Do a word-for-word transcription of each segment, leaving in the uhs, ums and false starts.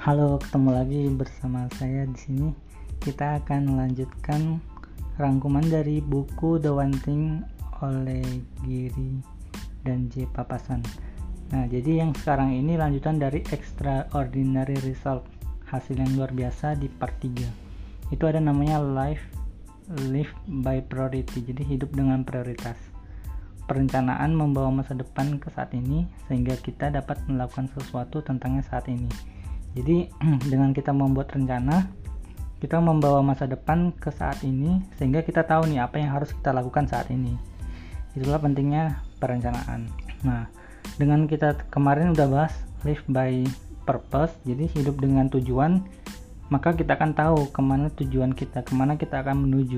Halo, ketemu lagi bersama saya di sini. Kita akan melanjutkan rangkuman dari buku The One Thing oleh Giri dan J. Papasan. Nah, jadi yang sekarang ini lanjutan dari Extraordinary Result, hasil yang luar biasa di part tiga. Itu ada namanya Life Live by Priority, jadi hidup dengan prioritas. Perencanaan membawa masa depan ke saat ini sehingga kita dapat melakukan sesuatu tentangnya saat ini. Jadi dengan kita membuat rencana, kita membawa masa depan ke saat ini sehingga kita tahu nih apa yang harus kita lakukan saat ini. Itulah pentingnya perencanaan. Nah, dengan kita kemarin udah bahas live by purpose, jadi hidup dengan tujuan, maka kita akan tahu kemana tujuan kita, kemana kita akan menuju.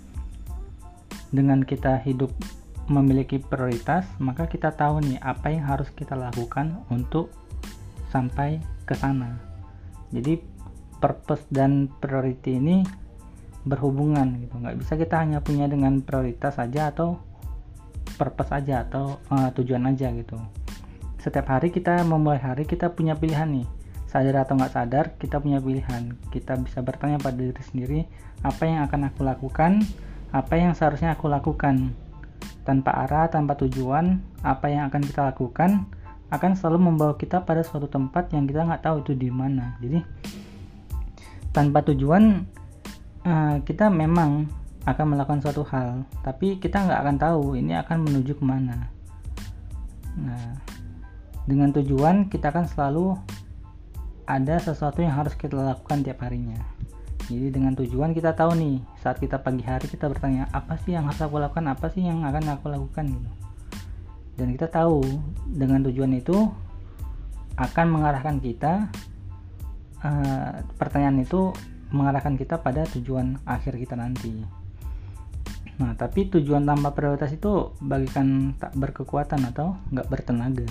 Dengan kita hidup memiliki prioritas, maka kita tahu nih apa yang harus kita lakukan untuk sampai ke sana. Jadi purpose dan priority ini berhubungan gitu. Nggak bisa kita hanya punya dengan prioritas aja atau purpose aja atau uh, tujuan aja gitu. Setiap hari kita memulai hari kita punya pilihan nih. Sadar atau nggak sadar kita punya pilihan. Kita bisa bertanya pada diri sendiri, apa yang akan aku lakukan, apa yang seharusnya aku lakukan. Tanpa arah, tanpa tujuan, apa yang akan kita lakukan akan selalu membawa kita pada suatu tempat yang kita nggak tahu itu di mana. Jadi tanpa tujuan uh, kita memang akan melakukan suatu hal, tapi kita nggak akan tahu ini akan menuju kemana. Nah, dengan tujuan kita akan selalu ada sesuatu yang harus kita lakukan tiap harinya. Jadi dengan tujuan kita tahu nih, saat kita pagi hari kita bertanya, apa sih yang harus aku lakukan, apa sih yang akan aku lakukan gitu. Dan kita tahu dengan tujuan itu akan mengarahkan kita, uh, pertanyaan itu mengarahkan kita pada tujuan akhir kita nanti. Nah, tapi tujuan tanpa prioritas itu bagikan tak berkekuatan atau nggak bertenaga.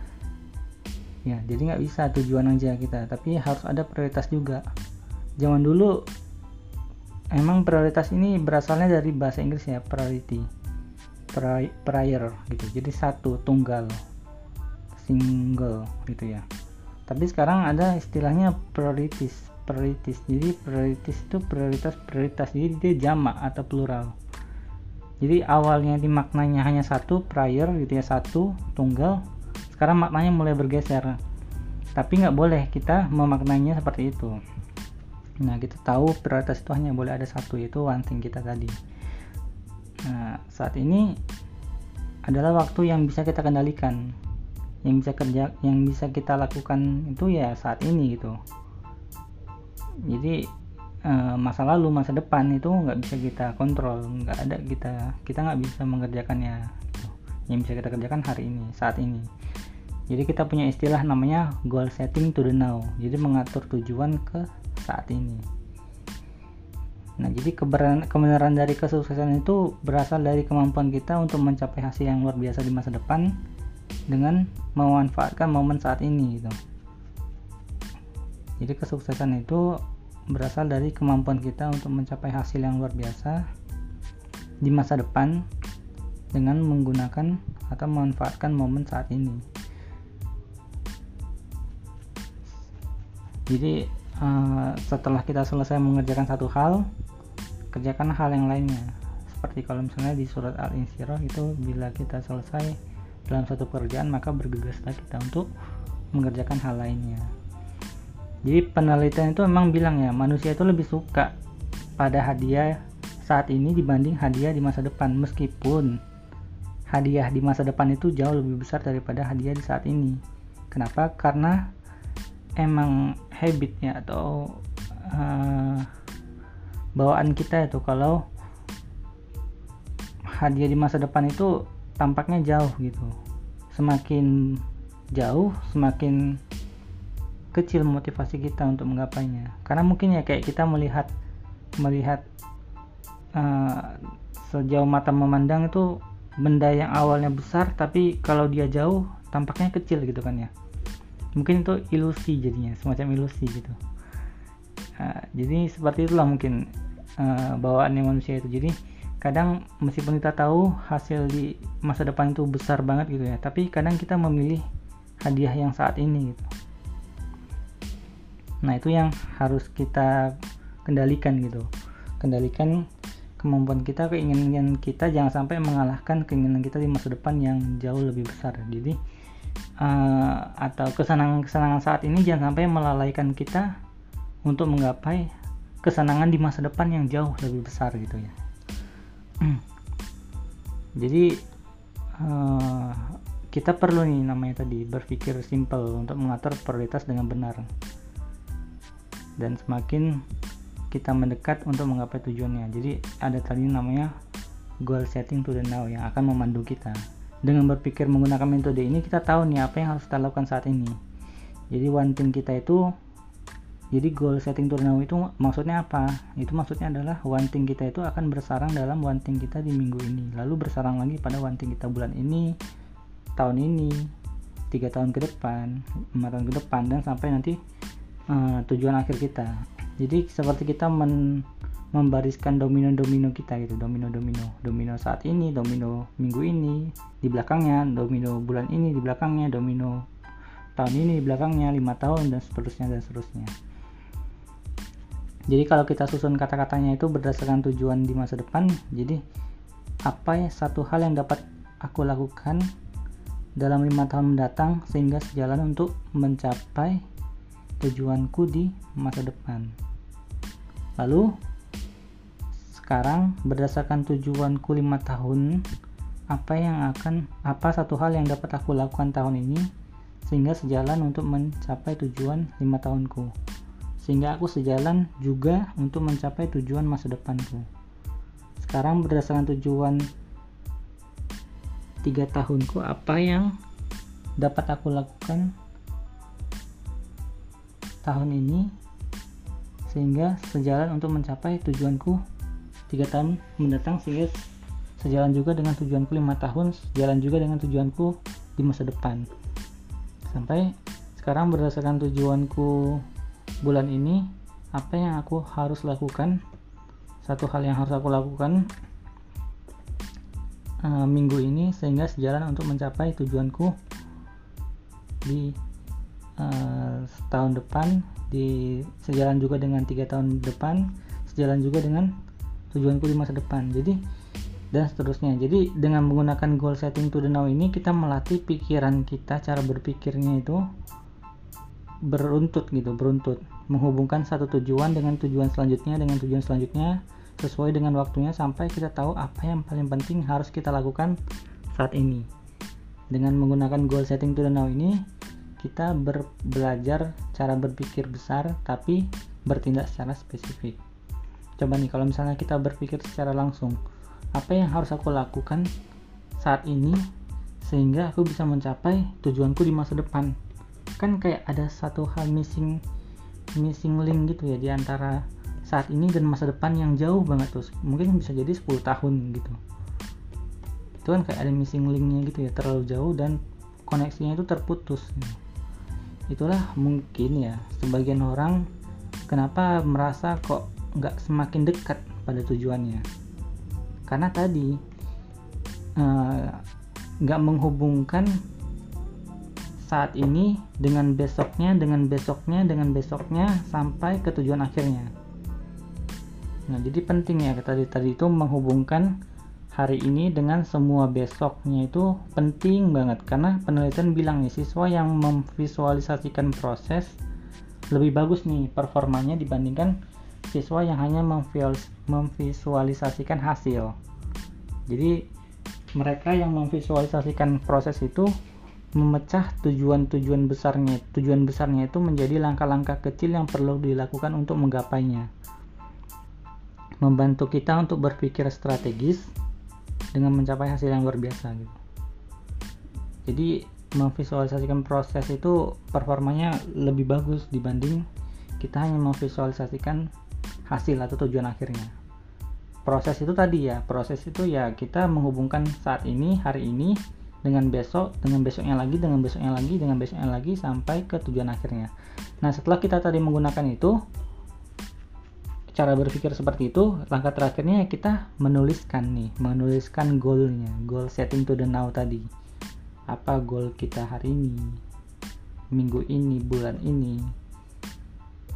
Ya, jadi nggak bisa tujuan aja kita, tapi harus ada prioritas juga. Zaman dulu emang prioritas ini berasalnya dari bahasa Inggris ya, priority. Prior gitu, jadi satu, tunggal, single gitu ya. Tapi sekarang ada istilahnya priorities priorities jadi priorities itu prioritas prioritas jadi dia jamak atau plural. Jadi awalnya dimaknanya hanya satu, prior gitu ya, satu, tunggal. Sekarang maknanya mulai bergeser, tapi nggak boleh kita memaknainya seperti itu. Nah, kita tahu prioritas itu hanya boleh ada satu, yaitu one thing kita tadi. Nah, saat ini adalah waktu yang bisa kita kendalikan, yang bisa kerja, yang bisa kita lakukan itu ya saat ini gitu. Jadi eh, masa lalu, masa depan itu nggak bisa kita kontrol, nggak ada kita, kita nggak bisa mengerjakannya. Gitu. Yang bisa kita kerjakan hari ini, saat ini. Jadi kita punya istilah namanya goal setting to the now. Jadi mengatur tujuan ke saat ini. Nah, jadi kebenaran, kebenaran dari kesuksesan itu berasal dari kemampuan kita untuk mencapai hasil yang luar biasa di masa depan dengan memanfaatkan momen saat ini gitu. Jadi kesuksesan itu berasal dari kemampuan kita untuk mencapai hasil yang luar biasa di masa depan dengan menggunakan atau memanfaatkan momen saat ini. Jadi uh, setelah kita selesai mengerjakan satu hal, kerjakan hal yang lainnya. Seperti kalau misalnya di surat Al-Insyirah itu, bila kita selesai dalam satu pekerjaan maka bergegaslah kita untuk mengerjakan hal lainnya. Jadi penelitian itu memang bilang ya, manusia itu lebih suka pada hadiah saat ini dibanding hadiah di masa depan, meskipun hadiah di masa depan itu jauh lebih besar daripada hadiah di saat ini. Kenapa? Karena emang habitnya atau uh, bawaan kita itu kalau hadiah di masa depan itu tampaknya jauh gitu. Semakin jauh, semakin kecil motivasi kita untuk menggapainya. Karena mungkin ya kayak kita melihat melihat uh, sejauh mata memandang itu benda yang awalnya besar, tapi kalau dia jauh tampaknya kecil gitu kan ya. Mungkin itu ilusi jadinya, semacam ilusi gitu. Uh, jadi seperti itulah mungkin uh, bawaannya manusia itu. Jadi kadang meskipun kita tahu hasil di masa depan itu besar banget gitu ya, tapi kadang kita memilih hadiah yang saat ini gitu. Nah, itu yang harus kita kendalikan gitu. Kendalikan kemampuan kita, keinginan kita, jangan sampai mengalahkan keinginan kita di masa depan yang jauh lebih besar. Jadi uh, atau kesenangan-kesenangan saat ini jangan sampai melalaikan kita untuk menggapai kesenangan di masa depan yang jauh lebih besar gitu ya. Jadi uh, kita perlu nih namanya tadi berpikir simple untuk mengatur prioritas dengan benar. Dan semakin kita mendekat untuk menggapai tujuannya. Jadi ada tadi namanya goal setting to the now yang akan memandu kita. Dengan berpikir menggunakan metode ini, kita tahu nih apa yang harus kita lakukan saat ini. Jadi one thing kita itu, jadi goal setting to the now itu maksudnya apa? Itu maksudnya adalah one thing kita itu akan bersarang dalam one thing kita di minggu ini, lalu bersarang lagi pada one thing kita bulan ini, tahun ini, tiga tahun ke depan, lima tahun ke depan, dan sampai nanti uh, tujuan akhir kita. Jadi seperti kita men, membariskan domino-domino kita gitu, domino-domino, domino saat ini, domino minggu ini, di belakangnya, domino bulan ini, di belakangnya, domino tahun ini, di belakangnya, lima tahun, dan seterusnya, dan seterusnya. Jadi kalau kita susun kata-katanya itu berdasarkan tujuan di masa depan, jadi apa ya satu hal yang dapat aku lakukan dalam lima tahun mendatang sehingga sejalan untuk mencapai tujuanku di masa depan. Lalu sekarang berdasarkan tujuanku lima tahun, apa yang akan apa satu hal yang dapat aku lakukan tahun ini sehingga sejalan untuk mencapai tujuan lima tahunku, sehingga aku sejalan juga untuk mencapai tujuan masa depanku. Sekarang berdasarkan tujuan tiga tahunku, apa yang dapat aku lakukan tahun ini sehingga sejalan untuk mencapai tujuanku tiga tahun mendatang, sehingga sejalan juga dengan tujuanku lima tahun, sejalan juga dengan tujuanku di masa depan. Sampai sekarang berdasarkan tujuanku bulan ini, apa yang aku harus lakukan, satu hal yang harus aku lakukan uh, minggu ini sehingga sejalan untuk mencapai tujuanku di uh, setahun depan, di sejalan juga dengan tiga tahun depan, sejalan juga dengan tujuanku di masa depan. Jadi dan seterusnya. Jadi dengan menggunakan goal setting to the now ini, kita melatih pikiran kita, cara berpikirnya itu beruntut gitu, beruntut, menghubungkan satu tujuan dengan tujuan selanjutnya, dengan tujuan selanjutnya, sesuai dengan waktunya, sampai kita tahu apa yang paling penting harus kita lakukan saat ini. Dengan menggunakan goal setting to the now ini, kita ber- belajar cara berpikir besar tapi bertindak secara spesifik. Coba nih, kalau misalnya kita berpikir secara langsung, apa yang harus aku lakukan saat ini sehingga aku bisa mencapai tujuanku di masa depan? Kan kayak ada satu hal missing missing link gitu ya di antara saat ini dan masa depan yang jauh banget, terus mungkin bisa jadi sepuluh tahun gitu. Itu kan kayak ada missing linknya gitu ya, terlalu jauh dan koneksinya itu terputus gitu. Itulah mungkin ya sebagian orang kenapa merasa kok nggak semakin dekat pada tujuannya, karena tadi nggak uh, menghubungkan saat ini dengan besoknya, dengan besoknya, dengan besoknya sampai ke tujuan akhirnya. Nah, jadi penting ya tadi tadi itu menghubungkan hari ini dengan semua besoknya, itu penting banget, karena penelitian bilang nih siswa yang memvisualisasikan proses lebih bagus nih performanya dibandingkan siswa yang hanya memvisualisasikan hasil. Jadi mereka yang memvisualisasikan proses itu memecah tujuan-tujuan besarnya. Tujuan besarnya itu menjadi langkah-langkah kecil yang perlu dilakukan untuk menggapainya. Membantu kita untuk berpikir strategis dengan mencapai hasil yang luar biasa gitu. Jadi memvisualisasikan proses itu performanya lebih bagus dibanding kita hanya memvisualisasikan hasil atau tujuan akhirnya. Proses itu tadi ya, proses itu ya kita menghubungkan saat ini, hari ini dengan besok, dengan besoknya lagi, dengan besoknya lagi, dengan besoknya lagi sampai ke tujuan akhirnya. Nah, setelah kita tadi menggunakan itu, cara berpikir seperti itu, langkah terakhirnya kita menuliskan nih, menuliskan goalnya, goal setting to the now tadi. Apa goal kita hari ini, minggu ini, bulan ini,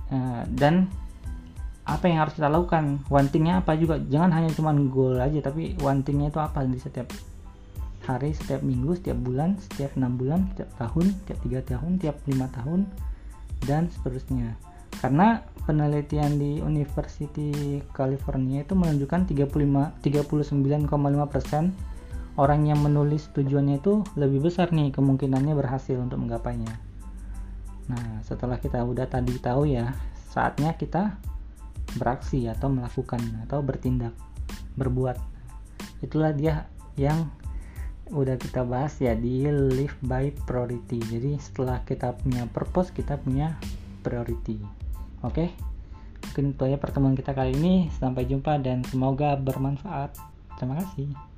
uh, dan apa yang harus kita lakukan, wantingnya apa juga. Jangan hanya cuma goal aja, tapi wantingnya itu apa di setiap hari, setiap minggu, setiap bulan, setiap enam bulan, setiap tahun, setiap tiga tahun, setiap lima tahun, dan seterusnya. Karena penelitian di University California itu menunjukkan tiga puluh sembilan koma lima persen orang yang menulis tujuannya itu lebih besar nih kemungkinannya berhasil untuk menggapainya. Nah, setelah kita udah tadi tahu ya, saatnya kita beraksi atau melakukan atau bertindak, berbuat. Itulah dia yang udah kita bahas ya di live by priority. Jadi setelah kita punya purpose, kita punya priority. Oke, mungkin itu aja pertemuan kita kali ini. Sampai jumpa dan semoga bermanfaat. Terima kasih.